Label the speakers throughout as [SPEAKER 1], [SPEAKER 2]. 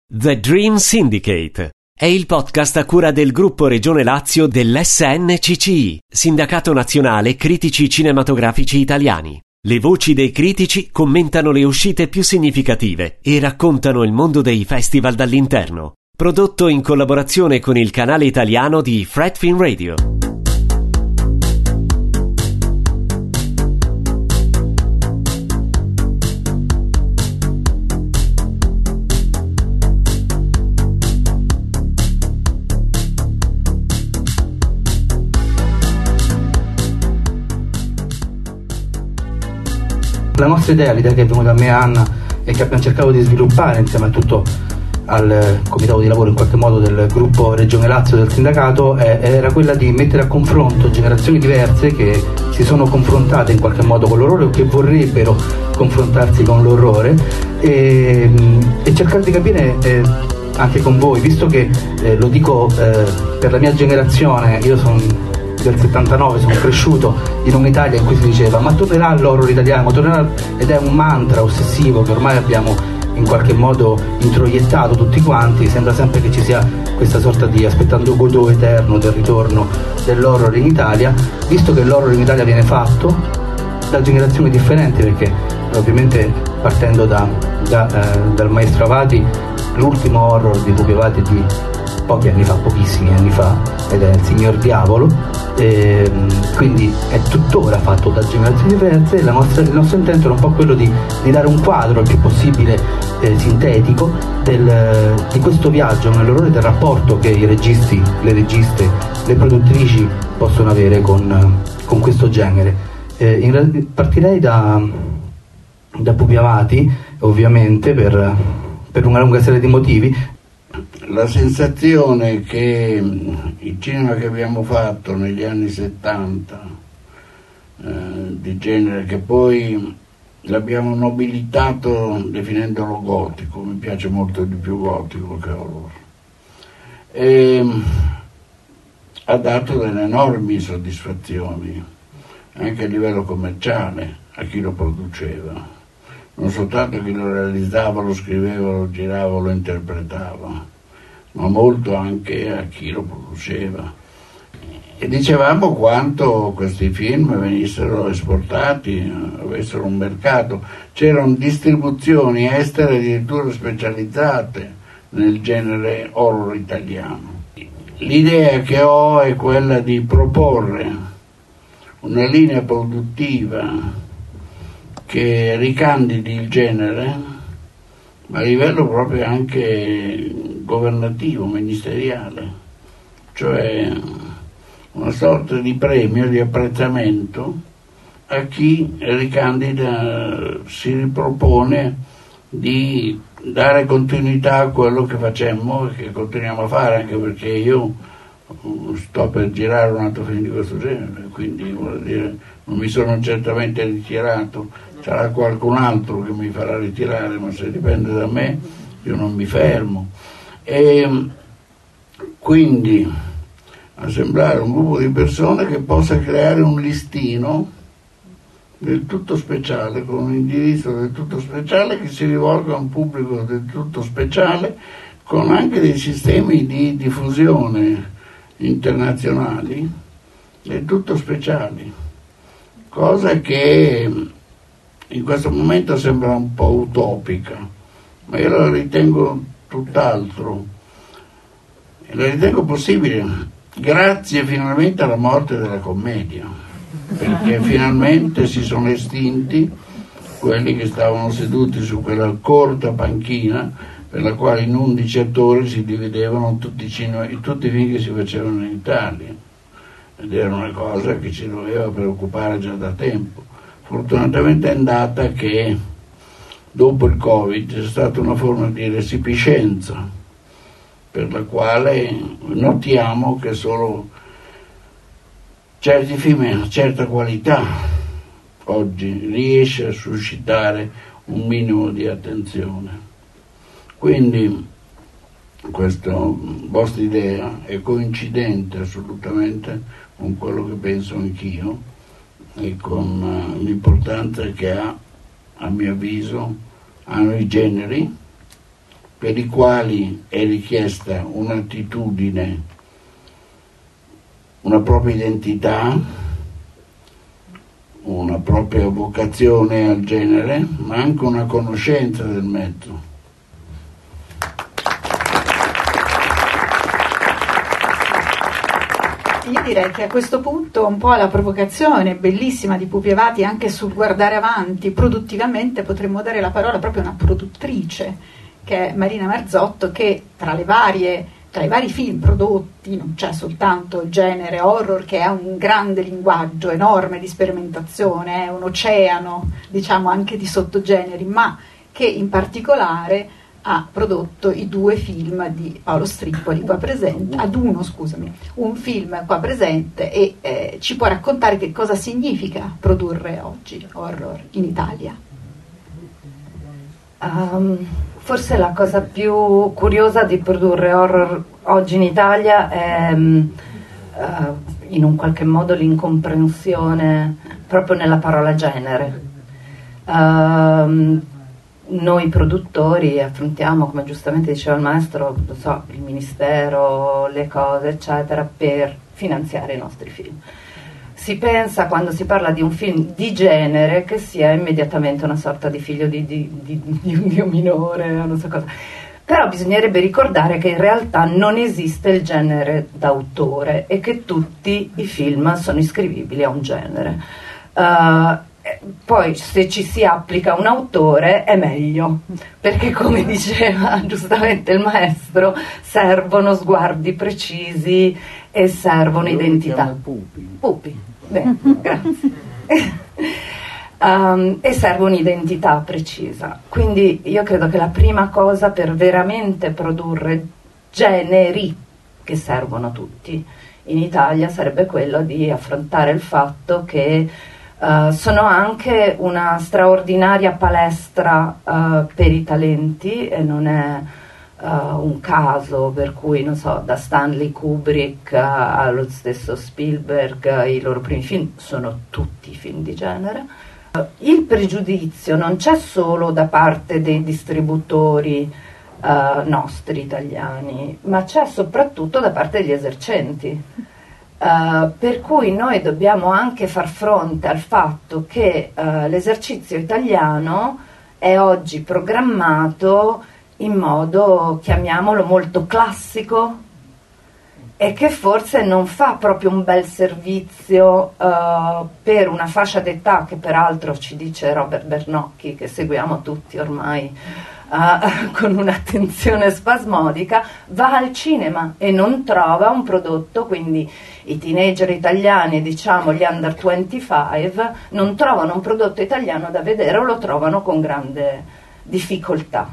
[SPEAKER 1] The Dream Syndicate è il podcast a cura del gruppo Regione Lazio dell'SNCCI, Sindacato Nazionale Critici Cinematografici Italiani. Le voci dei critici commentano le uscite più significative e raccontano il mondo dei festival dall'interno. Prodotto in collaborazione con il canale italiano di Fred Film Radio.
[SPEAKER 2] La nostra idea, l'idea che è venuta a me e a Anna e che abbiamo cercato di sviluppare insieme a tutto al comitato di lavoro in qualche modo del gruppo Regione Lazio del sindacato era quella di mettere a confronto generazioni diverse che si sono confrontate in qualche modo con l'orrore o che vorrebbero confrontarsi con l'orrore e cercare di capire anche con voi, visto che lo dico per la mia generazione, io sono del 79, sono cresciuto in un'Italia in cui si diceva ma tornerà l'horror italiano, tornerà, ed è un mantra ossessivo che ormai abbiamo in qualche modo introiettato tutti quanti. Sembra sempre che ci sia questa sorta di aspettando Godot eterno del ritorno dell'horror in Italia, visto che l'horror in Italia viene fatto da generazioni differenti, perché ovviamente partendo dal maestro Avati, l'ultimo horror di Pupi Avati di pochi anni fa, pochissimi anni fa, ed è Il Signor Diavolo, quindi è tuttora fatto da generazioni diverse. Il nostro intento era un po' quello di dare un quadro il più possibile sintetico di questo viaggio nell'orrore, del rapporto che i registi, le registe, le produttrici possono avere con questo genere. Partirei da Pupi Avati, ovviamente per una lunga serie di motivi.
[SPEAKER 3] La sensazione che il cinema che abbiamo fatto negli anni 70 di genere, che poi l'abbiamo nobilitato definendolo gotico, mi piace molto di più gotico che horror, ha dato delle enormi soddisfazioni anche a livello commerciale a chi lo produceva, non soltanto a chi lo realizzava, lo scriveva, lo girava, lo interpretava, ma molto anche a chi lo produceva. E dicevamo quanto questi film venissero esportati, avessero un mercato. C'erano distribuzioni estere addirittura specializzate nel genere horror italiano. L'idea che ho è quella di proporre una linea produttiva che ricandidi il genere, ma a livello proprio anche governativo, ministeriale, cioè una sorta di premio, di apprezzamento a chi ricandida, si ripropone di dare continuità a quello che facemmo e che continuiamo a fare, anche perché io sto per girare un altro film di questo genere, quindi vuol dire non mi sono certamente ritirato, sarà qualcun altro che mi farà ritirare, ma se dipende da me io non mi fermo. E quindi assemblare un gruppo di persone che possa creare un listino del tutto speciale, con un indirizzo del tutto speciale, che si rivolga a un pubblico del tutto speciale, con anche dei sistemi di diffusione internazionali del tutto speciali, cosa che in questo momento sembra un po' utopica, ma io la ritengo tutt'altro, e la ritengo possibile grazie finalmente alla morte della commedia, perché finalmente si sono estinti quelli che stavano seduti su quella corta panchina per la quale in 11 attori si dividevano tutti i film che si facevano in Italia, ed era una cosa che ci doveva preoccupare già da tempo. Fortunatamente è andata che dopo il Covid c'è stata una forma di resipiscenza per la quale notiamo che solo certi film e una certa qualità oggi riesce a suscitare un minimo di attenzione. Quindi questa vostra idea è coincidente assolutamente con quello che penso anch'io e con l'importanza che ha, a mio avviso, hanno i generi per i quali è richiesta un'attitudine, una propria identità, una propria vocazione al genere, ma anche una conoscenza del mezzo.
[SPEAKER 4] Io direi che a questo punto un po' la provocazione bellissima di Pupi Avati anche sul guardare avanti produttivamente potremmo dare la parola proprio a una produttrice, che è Marina Marzotto, che tra i vari film prodotti non c'è soltanto il genere horror, che è un grande linguaggio enorme di sperimentazione, è un oceano diciamo anche di sottogeneri, ma che in particolare ha prodotto i 2 film di Paolo Strippoli qua presente, un film qua presente, e ci può raccontare che cosa significa produrre oggi horror in Italia.
[SPEAKER 5] Forse la cosa più curiosa di produrre horror oggi in Italia è in un qualche modo l'incomprensione proprio nella parola genere. Noi produttori affrontiamo, come giustamente diceva il maestro, il ministero, le cose eccetera, per finanziare i nostri film. Si pensa, quando si parla di un film di genere, che sia immediatamente una sorta di figlio di un dio minore, non so cosa. Però bisognerebbe ricordare che in realtà non esiste il genere d'autore e che tutti i film sono iscrivibili a un genere. Poi se ci si applica un autore è meglio, perché come diceva giustamente il maestro, servono sguardi precisi e servono identità. Pupi. Bene, grazie. E serve un'identità precisa. Quindi io credo che la prima cosa per veramente produrre generi che servono tutti in Italia sarebbe quello di affrontare il fatto che sono anche una straordinaria palestra per i talenti, e non è un caso per cui, non so, da Stanley Kubrick allo stesso Spielberg, i loro primi film sono tutti film di genere. Il pregiudizio non c'è solo da parte dei distributori nostri italiani, ma c'è soprattutto da parte degli esercenti. Per cui noi dobbiamo anche far fronte al fatto che l'esercizio italiano è oggi programmato in modo, chiamiamolo, molto classico, e che forse non fa proprio un bel servizio per una fascia d'età che peraltro, ci dice Robert Bernocchi, che seguiamo tutti ormai con un'attenzione spasmodica, va al cinema e non trova un prodotto, quindi i teenager italiani, diciamo gli under 25, non trovano un prodotto italiano da vedere o lo trovano con grande difficoltà.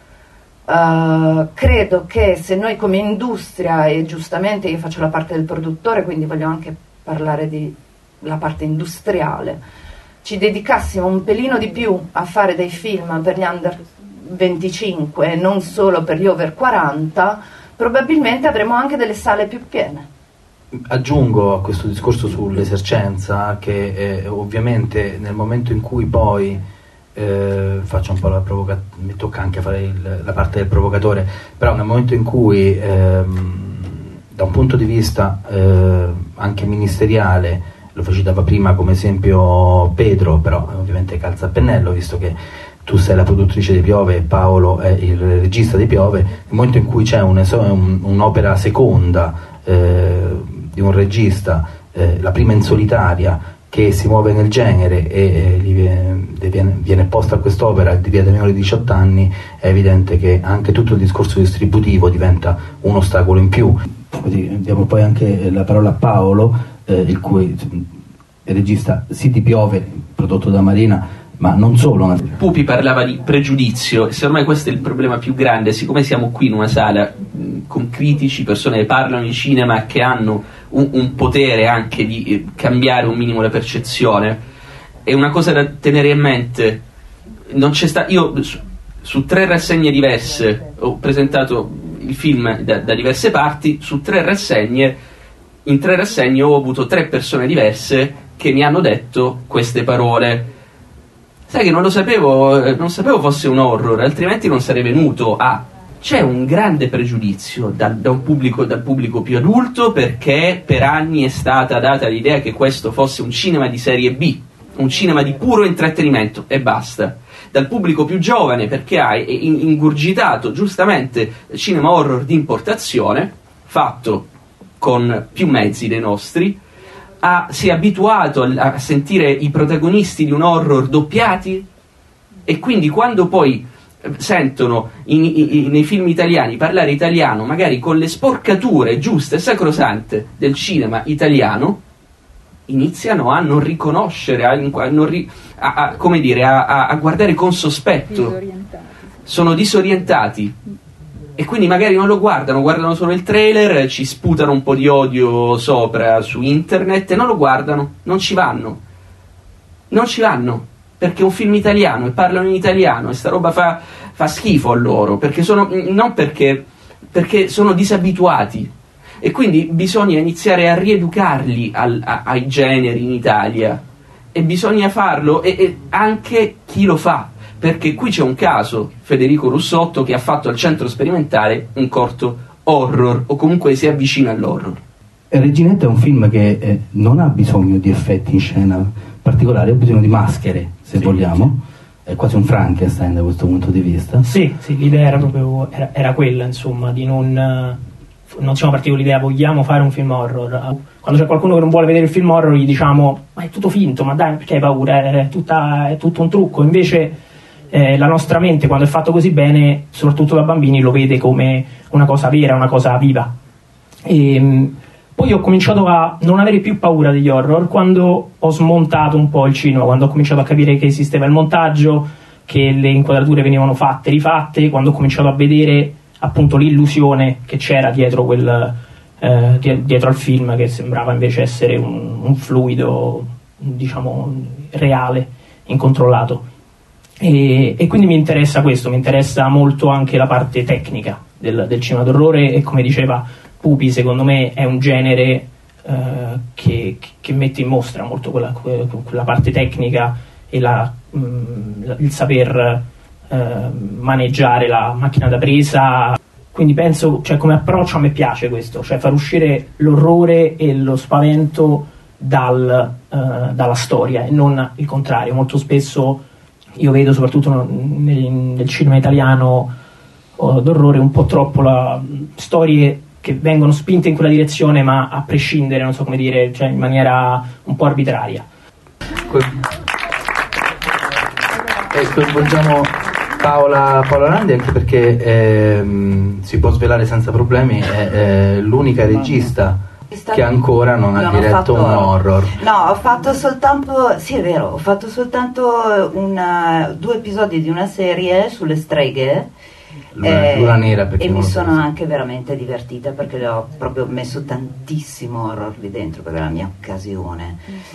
[SPEAKER 5] Credo che se noi come industria, e giustamente io faccio la parte del produttore, quindi voglio anche parlare della parte industriale, ci dedicassimo un pelino di più a fare dei film per gli under 25 e non solo per gli over 40, probabilmente avremo anche delle sale più piene.
[SPEAKER 2] Aggiungo a questo discorso sull'esercenza che ovviamente nel momento in cui poi faccio un po' mi tocca anche fare la parte del provocatore, però nel momento in cui da un punto di vista anche ministeriale, lo citava prima come esempio Pedro, però ovviamente calza a pennello, visto che tu sei la produttrice di Piove e Paolo è il regista di Piove, nel momento in cui c'è un'opera seconda di un regista, la prima in solitaria, che si muove nel genere e viene posta a quest'opera di via dei minori di 18 anni, è evidente che anche tutto il discorso distributivo diventa un ostacolo in più. Diamo poi anche la parola a Paolo, il cui è regista sì di Piove, prodotto da Marina, ma non solo.
[SPEAKER 6] Pupi parlava di pregiudizio, e secondo me questo è il problema più grande, siccome siamo qui in una sala con critici, persone che parlano di cinema, che hanno un potere anche di cambiare un minimo la percezione. È una cosa da tenere in mente. Non c'è io su 3 rassegne diverse ho presentato il film da diverse parti, su 3 rassegne, in 3 rassegne ho avuto 3 persone diverse che mi hanno detto queste parole. Sai che non sapevo fosse un horror, altrimenti non sarei venuto a c'è un grande pregiudizio dal pubblico più adulto, perché per anni è stata data l'idea che questo fosse un cinema di serie B, un cinema di puro intrattenimento e basta. Dal pubblico più giovane, perché ha ingurgitato giustamente cinema horror di importazione, fatto con più mezzi dei nostri, si è abituato a sentire i protagonisti di un horror doppiati, e quindi quando poi sentono nei film italiani parlare italiano, magari con le sporcature giuste e sacrosante del cinema italiano, iniziano a non riconoscere, a guardare con sospetto, sono disorientati, e quindi magari non lo guardano solo il trailer, ci sputano un po' di odio sopra su internet e non lo guardano, non ci vanno, perché è un film italiano e parlano in italiano e sta roba fa schifo a loro, perché sono disabituati, e quindi bisogna iniziare a rieducarli ai generi in Italia, e bisogna farlo e anche chi lo fa, perché qui c'è un caso, Federico Russotto, che ha fatto al Centro Sperimentale un corto horror, o comunque si avvicina all'horror.
[SPEAKER 2] Reginetta è un film che non ha bisogno di effetti in scena particolari, ha bisogno di maschere, se vogliamo. È quasi un Frankenstein da questo punto di vista.
[SPEAKER 7] Sì, l'idea era proprio era quella, insomma, di non siamo partiti con l'idea vogliamo fare un film horror. Quando c'è qualcuno che non vuole vedere il film horror gli diciamo ma è tutto finto, ma dai, perché hai paura, è tutto un trucco. Invece la nostra mente, quando è fatto così bene, soprattutto da bambini, lo vede come una cosa vera, una cosa viva. E poi ho cominciato a non avere più paura degli horror quando ho smontato un po' il cinema, quando ho cominciato a capire che esisteva il montaggio, che le inquadrature venivano fatte, rifatte, quando ho cominciato a vedere appunto l'illusione che c'era dietro dietro al film, che sembrava invece essere un fluido, diciamo, reale, incontrollato. E quindi mi interessa questo, mi interessa molto anche la parte tecnica del cinema d'orrore, e come diceva Pupi, secondo me è un genere che mette in mostra molto quella parte tecnica e il saper maneggiare la macchina da presa. Quindi penso, cioè, come approccio a me piace questo, cioè far uscire l'orrore e lo spavento dalla storia e non il contrario. Molto spesso io vedo, soprattutto nel cinema italiano d'orrore, un po' troppo storie che vengono spinte in quella direzione, ma a prescindere, non so come dire, cioè in maniera un po' arbitraria.
[SPEAKER 2] Coinvolgiamo Paola Landi, anche perché si può svelare senza problemi, è l'unica regista che ancora non ha diretto un horror.
[SPEAKER 8] No, ho fatto soltanto, sì è vero, ho fatto soltanto 2 episodi di una serie sulle streghe.
[SPEAKER 2] Luna Nera,
[SPEAKER 8] e mi sono anche veramente divertita, perché le ho proprio messo tantissimo horror lì dentro, perché è la mia occasione.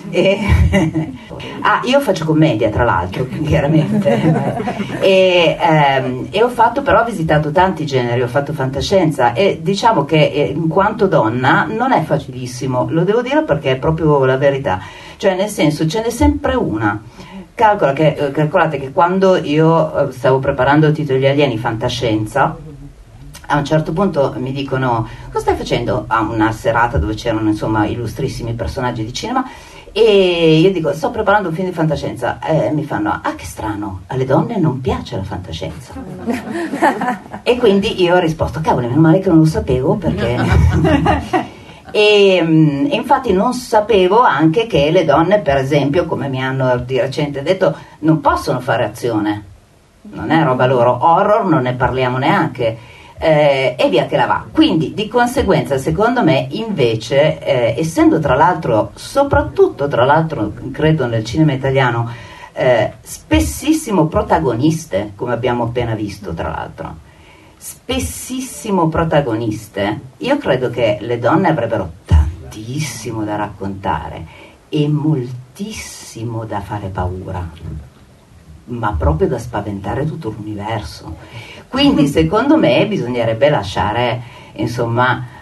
[SPEAKER 8] Io faccio commedia, tra l'altro, chiaramente. E ho fatto, però ho visitato tanti generi, ho fatto fantascienza, e diciamo che in quanto donna non è facilissimo, lo devo dire perché è proprio la verità, cioè nel senso ce n'è sempre una. Calcolate che quando io stavo preparando Titoli alieni fantascienza, a un certo punto mi dicono: cosa stai facendo? A una serata dove c'erano, insomma, illustrissimi personaggi di cinema, e io dico: sto preparando un film di fantascienza. Mi fanno: ah, che strano, alle donne non piace la fantascienza. E quindi io ho risposto: cavolo, meno male che non lo sapevo, perché e infatti non sapevo anche che le donne, per esempio, come mi hanno di recente detto, non possono fare azione, non è roba loro. Horror non ne parliamo neanche, e via che la va. Quindi di conseguenza, secondo me, invece, essendo tra l'altro, soprattutto tra l'altro credo nel cinema italiano, spessissimo protagoniste, come abbiamo appena visto, tra l'altro spessissimo protagoniste, io credo che le donne avrebbero tantissimo da raccontare e moltissimo da fare paura, ma proprio da spaventare tutto l'universo. Quindi secondo me bisognerebbe lasciare, insomma,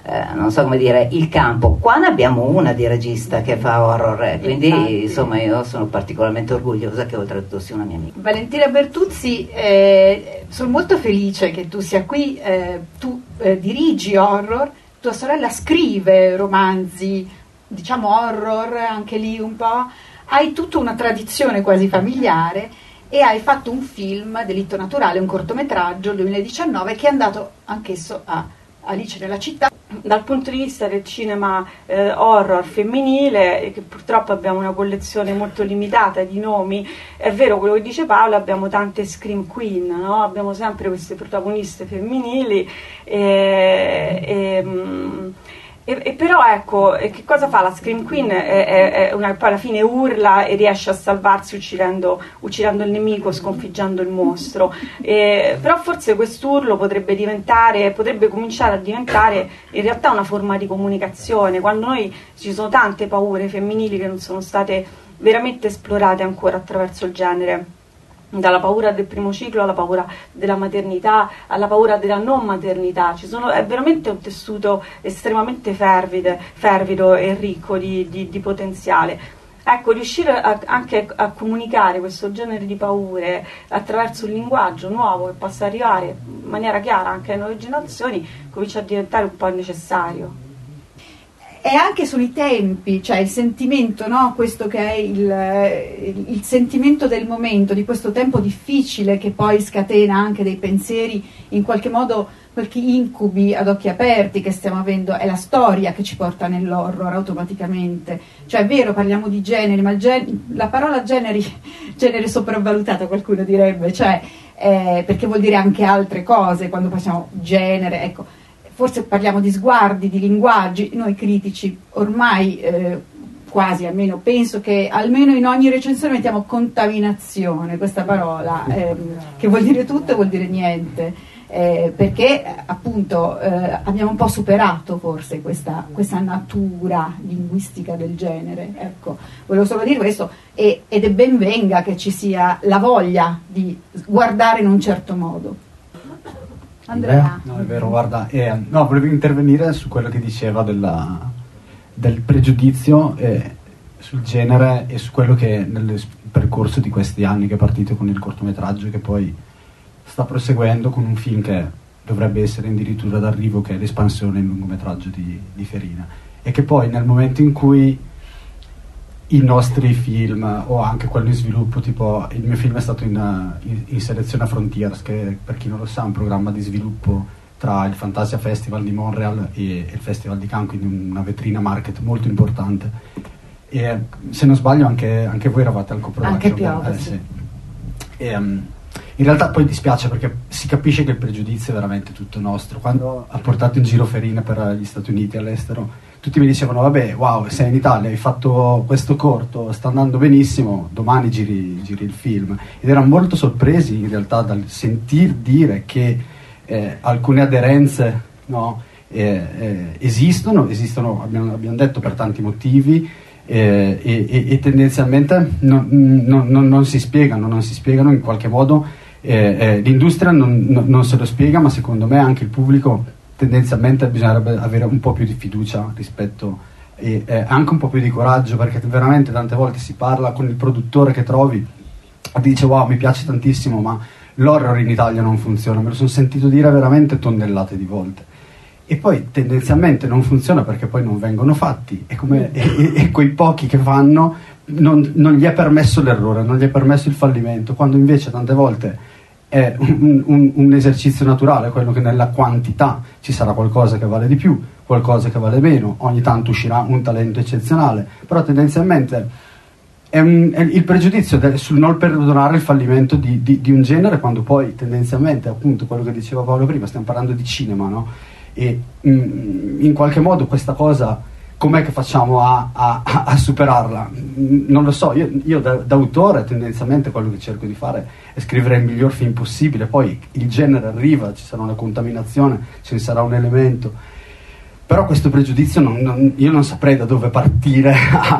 [SPEAKER 8] non so come dire, il campo. Qua ne abbiamo una di regista che fa horror, quindi
[SPEAKER 4] infatti,
[SPEAKER 8] insomma io sono particolarmente orgogliosa che oltretutto sia una mia amica.
[SPEAKER 4] Valentina Bertuzzi, sono molto felice che tu sia qui, tu dirigi horror, tua sorella scrive romanzi, diciamo horror, anche lì un po', hai tutta una tradizione quasi familiare e hai fatto un film, Delitto Naturale, un cortometraggio 2019 che è andato anch'esso a Alice nella città.
[SPEAKER 9] Dal punto di vista del cinema horror femminile, che purtroppo abbiamo una collezione molto limitata di nomi, è vero quello che dice Paola, abbiamo tante scream queen, no? Abbiamo sempre queste protagoniste femminili e però ecco, che cosa fa la Scream Queen? Poi alla fine urla e riesce a salvarsi uccidendo il nemico, sconfiggendo il mostro, però forse quest'urlo potrebbe cominciare a diventare in realtà una forma di comunicazione, quando ci sono tante paure femminili che non sono state veramente esplorate ancora attraverso il genere. Dalla paura del primo ciclo alla paura della maternità, alla paura della non maternità. È veramente un tessuto estremamente fervido e ricco di potenziale. Ecco, riuscire anche a comunicare questo genere di paure attraverso un linguaggio nuovo che possa arrivare in maniera chiara anche alle nuove generazioni comincia a diventare un po' necessario.
[SPEAKER 4] E anche sui tempi, cioè il sentimento, no? Questo che è il sentimento del momento, di questo tempo difficile che poi scatena anche dei pensieri, in qualche modo qualche incubi ad occhi aperti che stiamo avendo, è la storia che ci porta nell'horror automaticamente. Cioè è vero, parliamo di generi, ma la parola genere sopravvalutata qualcuno direbbe, cioè perché vuol dire anche altre cose quando passiamo genere, ecco. Forse parliamo di sguardi, di linguaggi, noi critici ormai quasi, almeno penso che almeno in ogni recensione mettiamo contaminazione, questa parola, che vuol dire tutto e vuol dire niente, perché appunto abbiamo un po' superato forse questa natura linguistica del genere. Ecco, volevo solo dire questo ed è ben venga che ci sia la voglia di guardare in un certo modo. Andrea.
[SPEAKER 10] No, è vero, guarda, volevo intervenire su quello che diceva del pregiudizio sul genere e su quello che nel percorso di questi anni che è partito con il cortometraggio, che poi sta proseguendo con un film che dovrebbe essere addirittura d'arrivo, che è l'espansione in lungometraggio di Ferina, e che poi nel momento in cui i nostri film o anche quello in sviluppo, tipo il mio film è stato in selezione a Frontiers, che per chi non lo sa è un programma di sviluppo tra il Fantasia Festival di Montreal e il Festival di Cannes, quindi una vetrina market molto importante, e se non sbaglio anche voi eravate al co-production.
[SPEAKER 4] Anche Piove, sì.
[SPEAKER 10] E, in realtà poi dispiace perché si capisce che il pregiudizio è veramente tutto nostro. Quando ha portato in giro Ferina per gli Stati Uniti e all'estero, tutti mi dicevano: vabbè, wow, sei in Italia, hai fatto questo corto, sta andando benissimo, domani giri il film. Ed erano molto sorpresi in realtà dal sentir dire che alcune aderenze, no, esistono, abbiamo detto, per tanti motivi, e tendenzialmente non si spiegano in qualche modo. L'industria non se lo spiega, ma secondo me anche il pubblico tendenzialmente bisognerebbe avere un po' più di fiducia rispetto e anche un po' più di coraggio, perché veramente tante volte si parla con il produttore che trovi e dice: wow, mi piace tantissimo, ma l'horror in Italia non funziona. Me lo sono sentito dire veramente tonnellate di volte, e poi tendenzialmente non funziona perché poi non vengono fatti, e quei pochi che fanno non gli è permesso l'errore, non gli è permesso il fallimento, quando invece tante volte è un esercizio naturale, quello che nella quantità ci sarà qualcosa che vale di più, qualcosa che vale meno, ogni tanto uscirà un talento eccezionale, però tendenzialmente è il pregiudizio sul non perdonare il fallimento di un genere, quando poi tendenzialmente, appunto, quello che diceva Paolo prima, stiamo parlando di cinema, no? E in qualche modo questa cosa com'è che facciamo a superarla? Non lo so, io da autore tendenzialmente quello che cerco di fare è scrivere il miglior film possibile, poi il genere arriva, ci sarà una contaminazione, ce ne sarà un elemento, però questo pregiudizio io non saprei da dove partire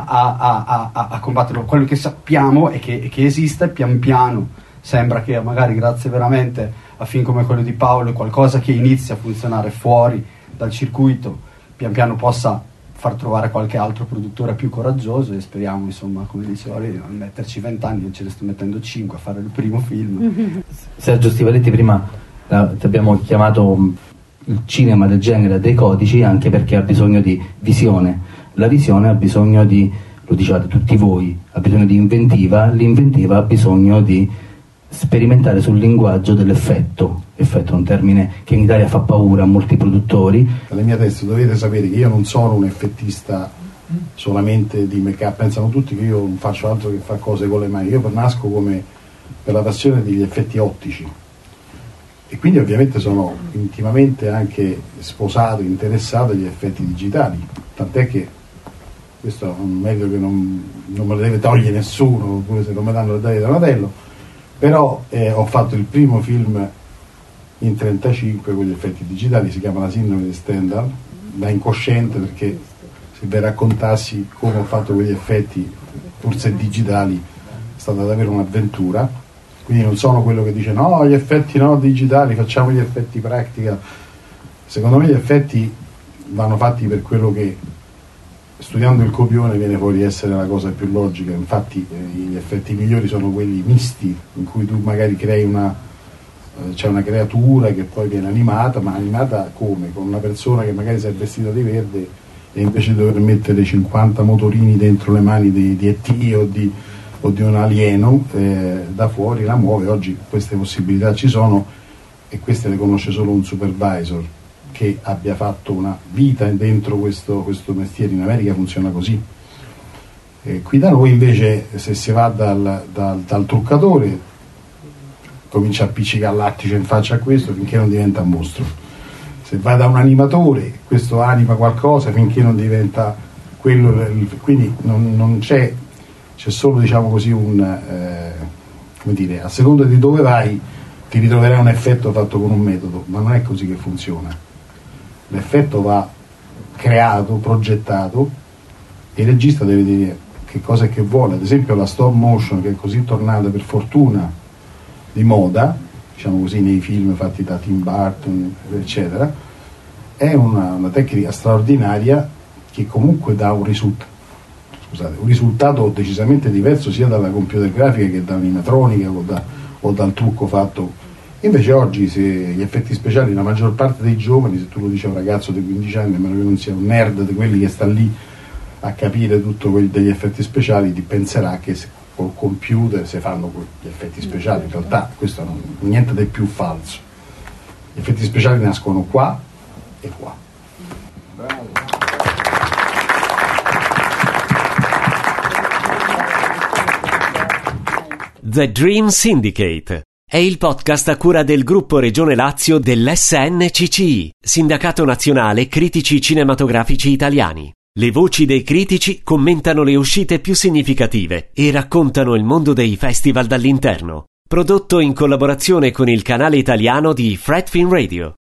[SPEAKER 10] a combatterlo. Quello che sappiamo è che esiste, pian piano sembra che magari grazie veramente a film come quello di Paolo, qualcosa che inizia a funzionare fuori dal circuito pian piano possa far trovare qualche altro produttore più coraggioso, e speriamo, insomma, come diceva lei, di non metterci 20 anni, non ce ne sto mettendo 5 a fare il primo film.
[SPEAKER 11] Sergio Stivaletti, prima ti abbiamo chiamato il cinema del genere dei codici anche perché ha bisogno di visione. La visione ha bisogno di, lo dicevate tutti voi, ha bisogno di inventiva, l'inventiva ha bisogno di sperimentare sul linguaggio dell'effetto. Effetto è un termine che in Italia fa paura a molti produttori.
[SPEAKER 12] Nella mia testa dovete sapere che io non sono un effettista solamente di make-up, pensano tutti che io non faccio altro che fare cose con le mani. Io nasco come per la passione degli effetti ottici, e quindi ovviamente sono intimamente anche sposato, interessato agli effetti digitali, tant'è che questo è un merito che non me lo deve togliere nessuno, pure se non mi danno le medaglie d'Onatello. Però ho fatto il primo film in 35 con gli effetti digitali, si chiama La sindrome di Stendhal, da incosciente, perché se vi raccontassi come ho fatto quegli effetti, forse digitali, è stata davvero un'avventura. Quindi non sono quello che dice no, gli effetti no digitali, facciamo gli effetti practical. Secondo me gli effetti vanno fatti per quello che, studiando il copione, viene fuori essere la cosa più logica. Infatti gli effetti migliori sono quelli misti, in cui tu magari crei c'è una creatura che poi viene animata, ma animata come? Con una persona che magari si è vestita di verde, e invece di dover mettere 50 motorini dentro le mani di E.T. o di un alieno, da fuori la muove. Oggi queste possibilità ci sono, e queste le conosce solo un supervisor che abbia fatto una vita dentro questo mestiere. In America funziona così. Qui da noi invece, se si va dal truccatore, comincia a appiccicare lattice in faccia a questo finché non diventa un mostro. Se vai da un animatore, questo anima qualcosa finché non diventa quello. Quindi non c'è solo, diciamo così, come dire, a seconda di dove vai ti ritroverai un effetto fatto con un metodo, ma non è così che funziona. L'effetto va creato, progettato, e il regista deve dire che cosa è che vuole. Ad esempio la stop motion, che è così tornata per fortuna di moda, diciamo così, nei film fatti da Tim Burton eccetera, è una tecnica straordinaria che comunque dà un risultato decisamente diverso sia dalla computer grafica che dall'animatronica o dal trucco fatto. Invece oggi, se gli effetti speciali, la maggior parte dei giovani, se tu lo dici a un ragazzo di 15 anni, a meno che non sia un nerd di quelli che sta lì a capire tutto degli effetti speciali, ti penserà che col computer si fanno gli effetti speciali. In realtà questo non è niente di più falso. Gli effetti speciali nascono qua e qua.
[SPEAKER 3] Bravo.
[SPEAKER 1] The Dream Syndicate è il podcast a cura del gruppo Regione Lazio dell'SNCCI, Sindacato Nazionale Critici Cinematografici Italiani. Le voci dei critici commentano le uscite più significative e raccontano il mondo dei festival dall'interno. Prodotto in collaborazione con il canale italiano di Fred Film Radio.